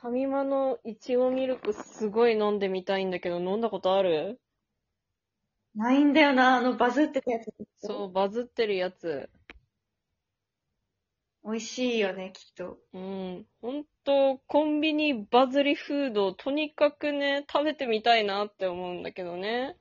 ファミマのいちごミルクすごい飲んでみたいんだけど、飲んだことある？ ないんだよな、バズってたやつ。 そう、バズってるやつ。 美味しいよね、きっと。 うん。ほんと、コンビニバズりフードをとにかくね、食べてみたいなって思うんだけどね。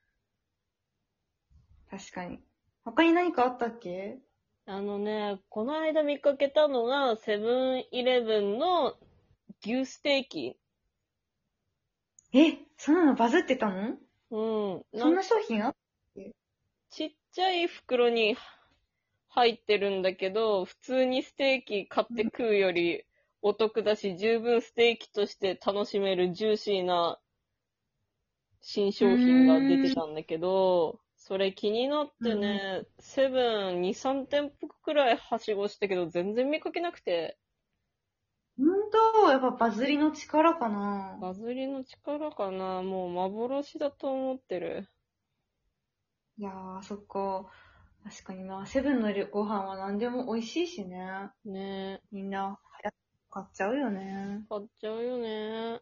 確かに。他に何かあったっけ？ この間見かけたのが、セブンイレブンの牛ステーキ。 え、そんなのバズってたの？ うん。 そんな商品あったっけ？ ちっちゃい袋に入ってるんだけど、普通にステーキ買って食うよりお得だし、十分ステーキとして楽しめるジューシーな新商品が出てたんだけど、それ気になってうんうん。 ね、セブン2、3店舗くらいはしごしたけど、全然見かけなくて、 ほんと、やっぱバズりの力かな。 バズりの力かな、もう幻だと思ってる。 いやー、そっか。確かにな、セブンのご飯は何でも美味しいしね。 ねみんな、買っちゃうよね。 買っちゃうよね。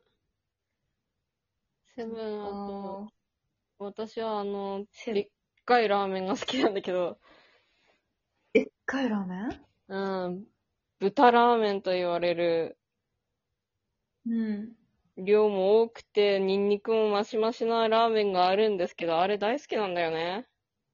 セそっブン、あと、 か。 私はセブン、 でっかいラーメンが好きなんだけど、 でっかいラーメン？ うん、豚ラーメンと言われる、 うん。 量も多くて、ニンニクもマシマシなラーメンがあるんですけど、あれ大好きなんだよね。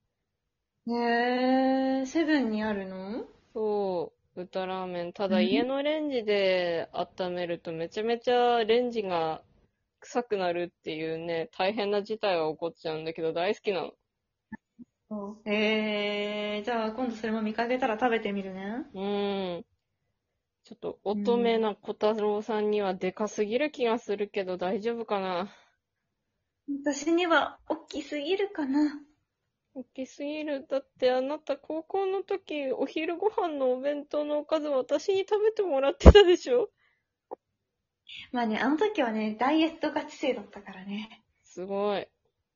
へー、セブンにあるの？ そう、豚ラーメン。ただ家うん。 のレンジで温めるとめちゃめちゃレンジが臭くなるっていうね、大変な事態が起こっちゃうんだけど大好きなの。 じゃあ今度それも見かけたら食べてみるね。 うーん。ちょっと乙女うん。 な小太郎さんにはでかすぎる気がするけど大丈夫かな。 私には大きすぎるかな。 大きすぎる。だってあなた高校の時お昼ご飯のお弁当のおかず私に食べてもらってたでしょ？ まあね、あの時はね、ダイエットガチ勢だったからね。 すごい。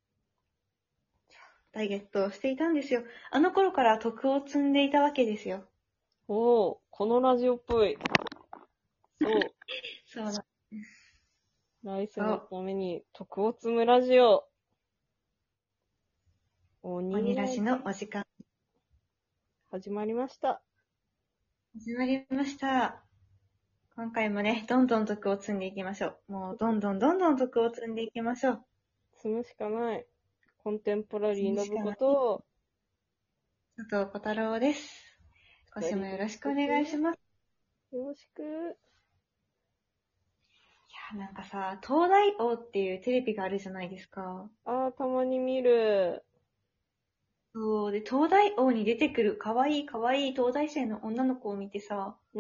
ダイエットをしていたんですよ。あの頃から徳を積んでいたわけですよ。 おー、このラジオっぽい。そそうだ。 う。来世のそう。 ために徳を積むラジオ。鬼鬼ラジのラジお時間始まりました。 始まりました。今回もね、どんどん徳を積んでいきましょう。もう、どんどんどんどん徳を積んでいきましょう。 積むしかない。コンテンポラリ積むーのぶこしかない。 とを、 佐藤小太郎です。今週もよ二人でろしくお願いします。 よろしく。 いや、なんかさ、東大王っていうテレビがあるじゃないですか。 たまに見る。 そう、で、東大王に出てくる可愛い可愛い東大生の女の子を見てさ、 うん。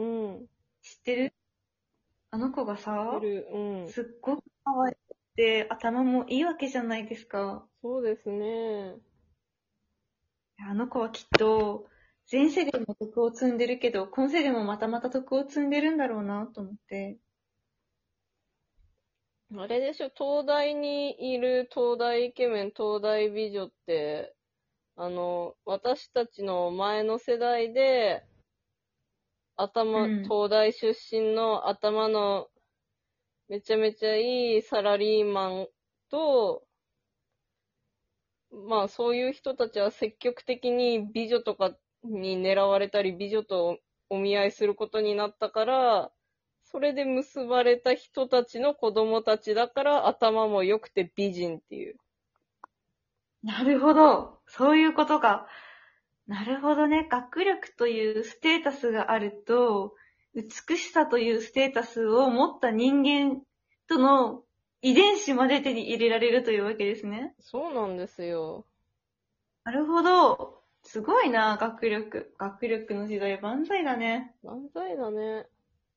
知ってる？あの子がさ、 見る。うん。 すっごく可愛くて頭もいいわけじゃないですか。 そうですね。 あの子はきっと、前世でも徳を積んでるけど、今世でもまたまた徳を積んでるんだろうなと思って。 あれでしょ、東大にいる東大イケメン、東大美女って、私たちの前の世代で、 うん。 東大出身の頭のめちゃめちゃいいサラリーマンと、まあそういう人たちは積極的に美女とかに狙われたり、美女とお見合いすることになったから、それで結ばれた人たちの子供たちだから頭も良くて美人っていう。 なるほど。そういうことか。なるほどね。学力というステータスがあると、美しさというステータスを持った人間との遺伝子まで手に入れられるというわけですね。 そうなんですよ。 なるほど。すごいな、学力。学力の時代万歳だね。 万歳だね。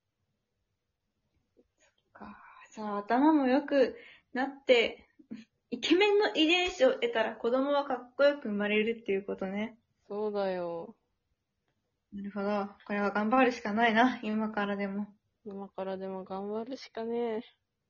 じゃあ頭も良くなって、イケメンの遺伝子を得たら子供はかっこよく生まれるっていうことね。 そうだよ。 なるほど。これは頑張るしかないな、今からでも。 今からでも頑張るしかねえ。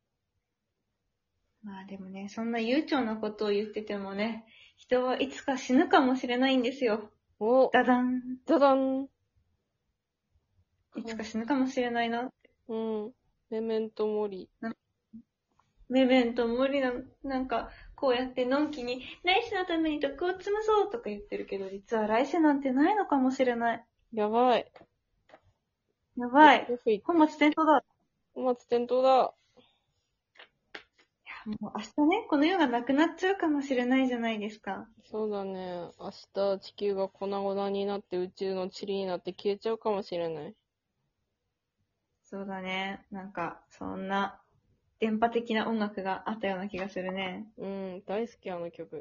まあでもね、そんな悠長なことを言っててもね、人はいつか死ぬかもしれないんですよ。 お、 ダダン。 じゃだん。 いつか死ぬかもしれないな。 うん。 メメントモリ。 メメントモリなんか、こうやってのんきに、来世のために徳を積むぞとか言ってるけど、実は来世なんてないのかもしれない。 やばい。 やばい。 F 本末転倒だ。 本末転倒だ。 もう明日ね、この世がなくなっちゃうかもしれないじゃないですか。 そうだね。明日地球が粉々になって宇宙の塵になって消えちゃうかもしれない。 そうだね。なんか、そんな、電波的な音楽があったような気がするね。 うん、大好きあの曲。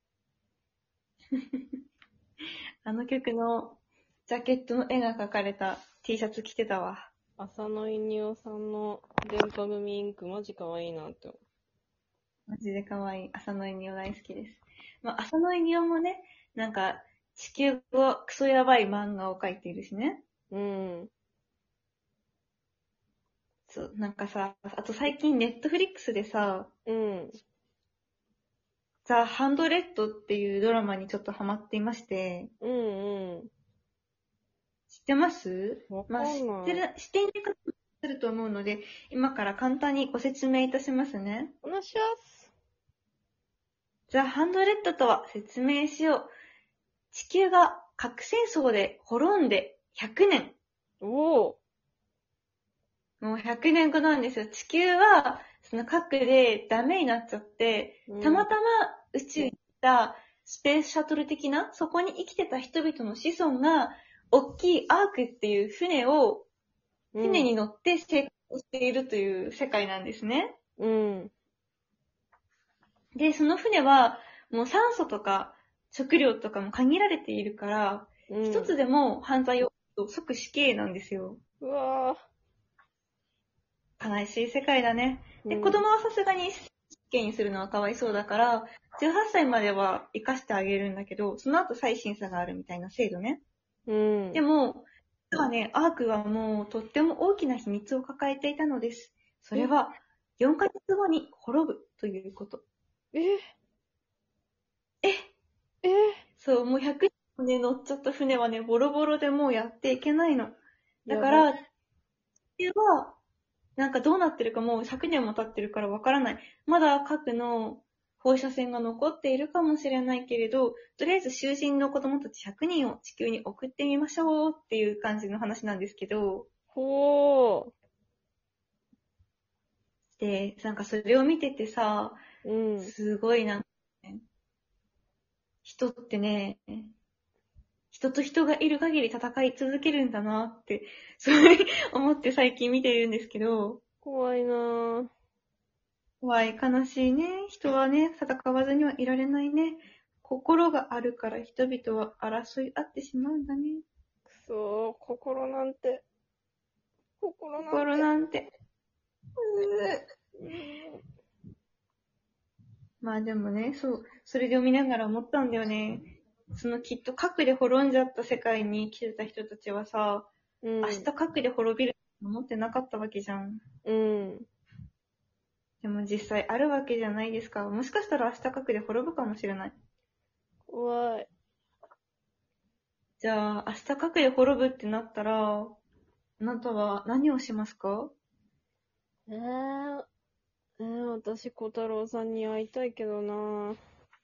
あの曲のジャケットの絵が描かれた T シャツ着てたわ。 浅野いにおさんの電波組インクマジ可愛いなって思マジで可愛い。浅野いにお大好きです。まあ、浅野いにおもね、なんか、地球がクソやばい漫画を描いているしね。 う。うん。 そう、なんかさ、あと最近ネットフリックスでさ、 うん。 ザ・ハンドレッドっていうドラマにちょっとハマっていまして、 うんうん。 知ってます？ わまあ、 かんない。 知っている方もいらっしゃると思うので、今から簡単にご説明いたしますね。 お願いします。 ザ・ハンドレッドとは説明しよう。地球が核戦争で滅んで100年。 おー。 もう100年後なんですよ。地球は、その核でダメになっちゃって、 うんたまたま宇宙に行ったスペースシャトル的な、そこに生きてた人々の子孫が、大きいアークっていう船に乗って生活しているという世界なんですね。 うん。 で、その船は、もう酸素とか食料とかも限られているから、 うん。 一つでも犯罪を犯すと即死刑なんですよ。 うわ悲しい世界だね。で、 ー。 子供はさすがに死刑にするのはかわいそうだから、18歳までは生かしてあげるんだけど、その後再審査があるみたいな制度ね。 うん。 でも、実はね、アークはもうとっても大きな秘密を抱えていたのです。それは、4ヶ月後に滅ぶということ。 ええ、 えそう、もう100人ね、乗っちゃった船はね、ボロボロでもうやっていけないの。だかやば。 ら、地球は、なんかどうなってるかもう100年も経ってるからわからない。まだ核の放射線が残っているかもしれないけれど、とりあえず囚人の子供たち100人を地球に送ってみましょうっていう感じの話なんですけど、 ほで、なんかそれを見ててさ、 ー。うん。 すごいなんかね、人ってね、人と人がいる限り戦い続けるんだなって、そう思って最近見ているんですけど、 怖いなぁ。 怖い、悲しいね。人はね、戦わずにはいられないね。心があるから人々は争い合ってしまうんだね。 くそー、心なんて。心なん心て。 なんて。 うん。 まあでもね、そう、それで見ながら思ったんだよね。そのきっと核で滅んじゃった世界に生きてた人たちはさ、 うん。 明日核で滅びると思ってなかったわけじゃん。 うん。 でも実際あるわけじゃないですか。もしかしたら明日核で滅ぶかもしれない。 怖い。 じゃあ、明日核で滅ぶってなったら、あなたは何をしますか？ 私、小太郎さんに会いたいけどな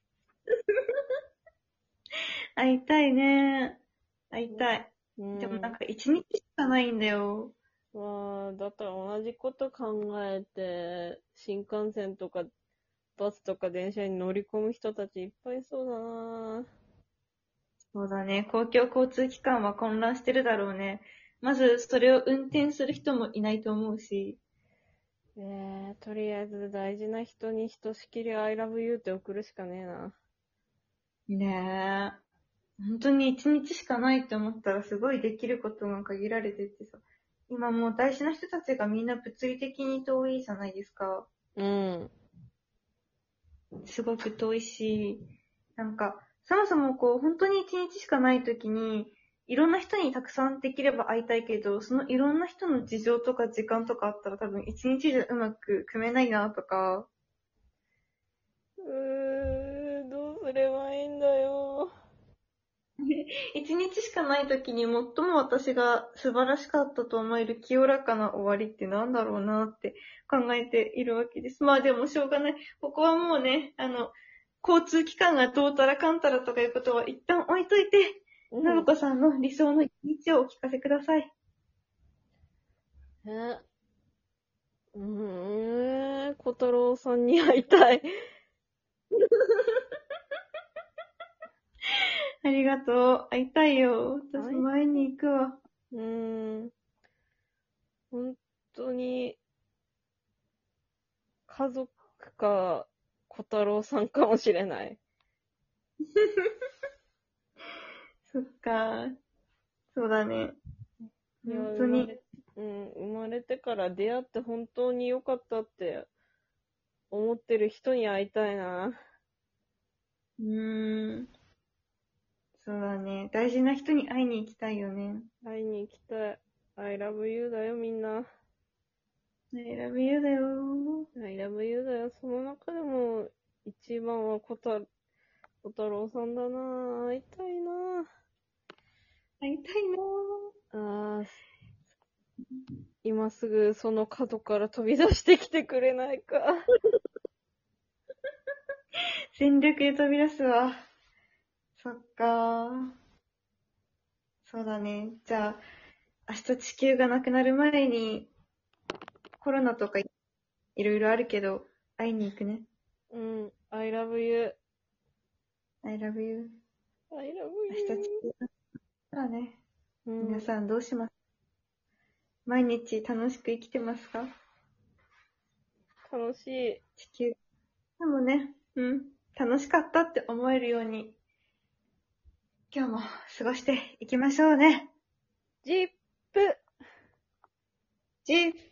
会いたいね。会いたい。 うでもなんん。 か一日しかないんだよ。 だったら同じこと考えて、新幹線とかバスとか電車に乗り込む人たちいっぱいいそうだなそうだね。公共交通機関は混乱してるだろうね。まず、それを運転する人もいないと思うし。 とりあえず大事な人にひとしきり I love you って送るしかねえな。 ねえ。本当に一日しかないって思ったらすごいできることが限られててさ。今もう大事な人たちがみんな物理的に遠いじゃないですか。 うん。 すごく遠いし、なんか、そもそもこう、本当に一日しかない時に、いろんな人にたくさんできれば会いたいけど、そのいろんな人の事情とか時間とかあったら多分一日じゃうまく組めないなとか、 どうすればいいんだよ。 一日しかない時に最も私が素晴らしかったと思える清らかな終わりってなんだろうなって考えているわけです。まあでもしょうがない。ここはもうね、交通機関がどうたらかんたらとかいうことは一旦置いといて、信子さんの理想の一日をお聞かせください。 小太郎さんに会いたい。 ありがとう。会いたいよ。私も会いに行くわ。 本当に、家族か、小太郎さんかもしれない。 そっか。そうだね。本当に。 生まれてから出会って本当に良かったって思ってる人に会いたいな。 そうだね。大事な人に会いに行きたいよね。 会いに行きたい。I love you だよ、みんな。 I love you だよ。 I love you だよ。その中でも、一番は小太郎さんだな。会いたいな。 会いたいな。 今すぐその角から飛び出してきてくれないか。 全力で飛び出すわ。そっかー。そうだね。じゃあ、明日地球がなくなる前に、コロナとかいろいろあるけど、会いに行くね。 I love you. I love you. I love 明日地 you. 球がなくなったらね。 うん皆さんどうします毎日楽しく生きてますか楽しい。 地球。でもね、楽しかったって思えるように、今日も過ごしていきましょうね。 ジップジップ